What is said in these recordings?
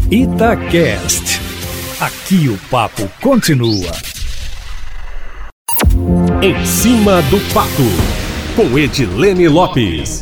Itacast. Aqui o papo continua. Em cima do papo, com Edilene Lopes.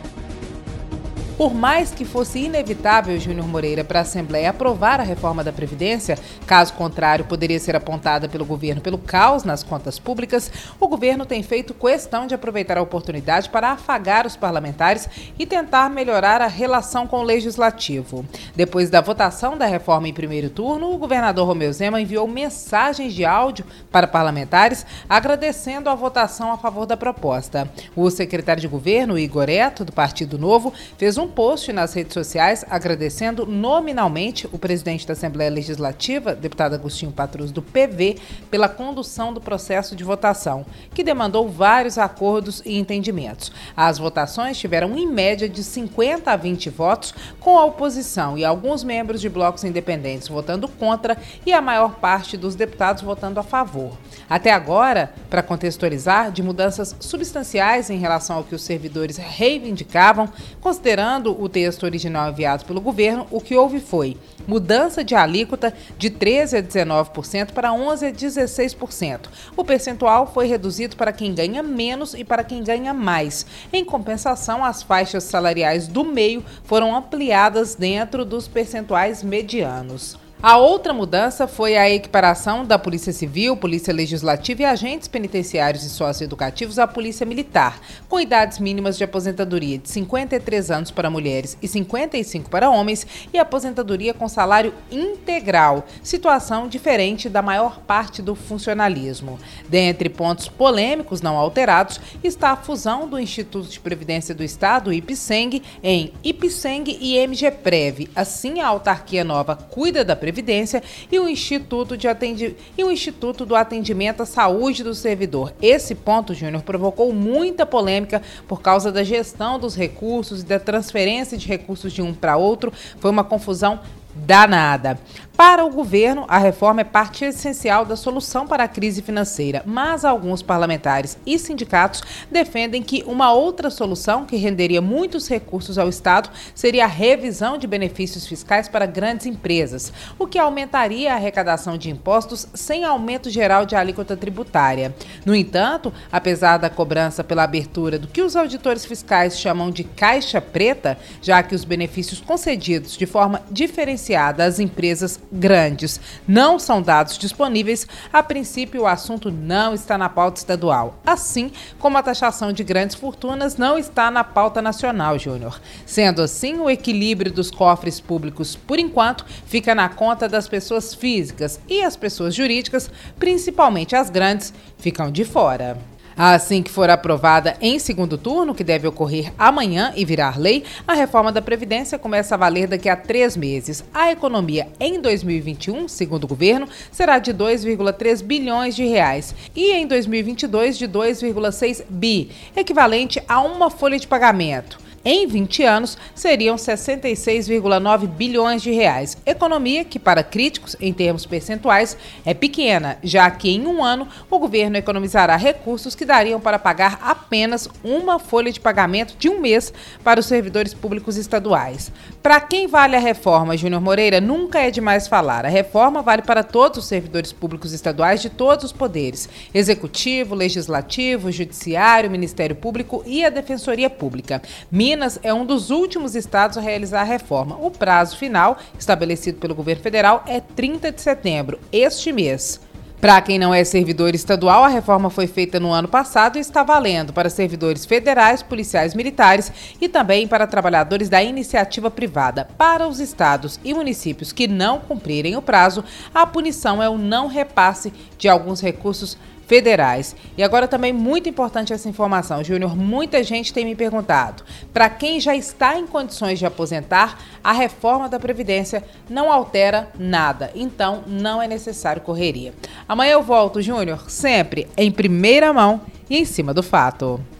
Por mais que fosse inevitável, Júnior Moreira, para a Assembleia aprovar a reforma da Previdência, caso contrário poderia ser apontada pelo governo pelo caos nas contas públicas, o governo tem feito questão de aproveitar a oportunidade para afagar os parlamentares e tentar melhorar a relação com o Legislativo. Depois da votação da reforma em primeiro turno, o governador Romeu Zema enviou mensagens de áudio para parlamentares agradecendo a votação a favor da proposta. O secretário de governo, Igor Eto, do Partido Novo, fez um post nas redes sociais agradecendo nominalmente o presidente da Assembleia Legislativa, deputado Agostinho Patrus, do PV, pela condução do processo de votação, que demandou vários acordos e entendimentos. As votações tiveram em média de 50 a 20 votos, com a oposição e alguns membros de blocos independentes votando contra e a maior parte dos deputados votando a favor. Até agora, para contextualizar, de mudanças substanciais em relação ao que os servidores reivindicavam, considerando o texto original enviado pelo governo, o que houve foi mudança de alíquota de 13% a 19% para 11% a 16%. O percentual foi reduzido para quem ganha menos e para quem ganha mais. Em compensação, as faixas salariais do meio foram ampliadas dentro dos percentuais medianos. A outra mudança foi a equiparação da Polícia Civil, Polícia Legislativa e agentes penitenciários e socioeducativos à Polícia Militar, com idades mínimas de aposentadoria de 53 anos para mulheres e 55 para homens e aposentadoria com salário integral, situação diferente da maior parte do funcionalismo. Dentre pontos polêmicos não alterados está a fusão do Instituto de Previdência do Estado, IPSENG, em IPSENG e MGPrev. Assim, a autarquia nova cuida da Previdência e o Instituto do Atendimento à Saúde do Servidor. Esse ponto, Júnior, provocou muita polêmica por causa da gestão dos recursos e da transferência de recursos de um para outro. Foi uma confusão danada. Para o governo, a reforma é parte essencial da solução para a crise financeira, mas alguns parlamentares e sindicatos defendem que uma outra solução, que renderia muitos recursos ao Estado, seria a revisão de benefícios fiscais para grandes empresas, o que aumentaria a arrecadação de impostos sem aumento geral de alíquota tributária. No entanto, apesar da cobrança pela abertura do que os auditores fiscais chamam de caixa preta, já que os benefícios concedidos de forma diferenciada às empresas grandes não são dados disponíveis, a princípio o assunto não está na pauta estadual, assim como a taxação de grandes fortunas não está na pauta nacional, Júnior. Sendo assim, o equilíbrio dos cofres públicos, por enquanto, fica na conta das pessoas físicas e as pessoas jurídicas, principalmente as grandes, ficam de fora. Assim que for aprovada em segundo turno, que deve ocorrer amanhã e virar lei, a reforma da Previdência começa a valer daqui a 3 meses. A economia em 2021, segundo o governo, será de 2,3 bilhões de reais e em 2022 de 2,6 bi, equivalente a uma folha de pagamento. Em 20 anos, seriam 66,9 bilhões de reais. Economia que, para críticos, em termos percentuais, é pequena, já que em um ano o governo economizará recursos que dariam para pagar apenas uma folha de pagamento de um mês para os servidores públicos estaduais. Para quem vale a reforma, Júnior Moreira, nunca é demais falar. A reforma vale para todos os servidores públicos estaduais de todos os poderes: Executivo, Legislativo, Judiciário, Ministério Público e a Defensoria Pública. Minas é um dos últimos estados a realizar a reforma. O prazo final, estabelecido pelo governo federal, é 30 de setembro, este mês. Para quem não é servidor estadual, a reforma foi feita no ano passado e está valendo para servidores federais, policiais militares e também para trabalhadores da iniciativa privada. Para os estados e municípios que não cumprirem o prazo, a punição é o não repasse de alguns recursos federais. E agora também muito importante essa informação, Júnior, muita gente tem me perguntado, para quem já está em condições de aposentar, a reforma da Previdência não altera nada, então não é necessário correria. Amanhã eu volto, Júnior, sempre em primeira mão e em cima do fato.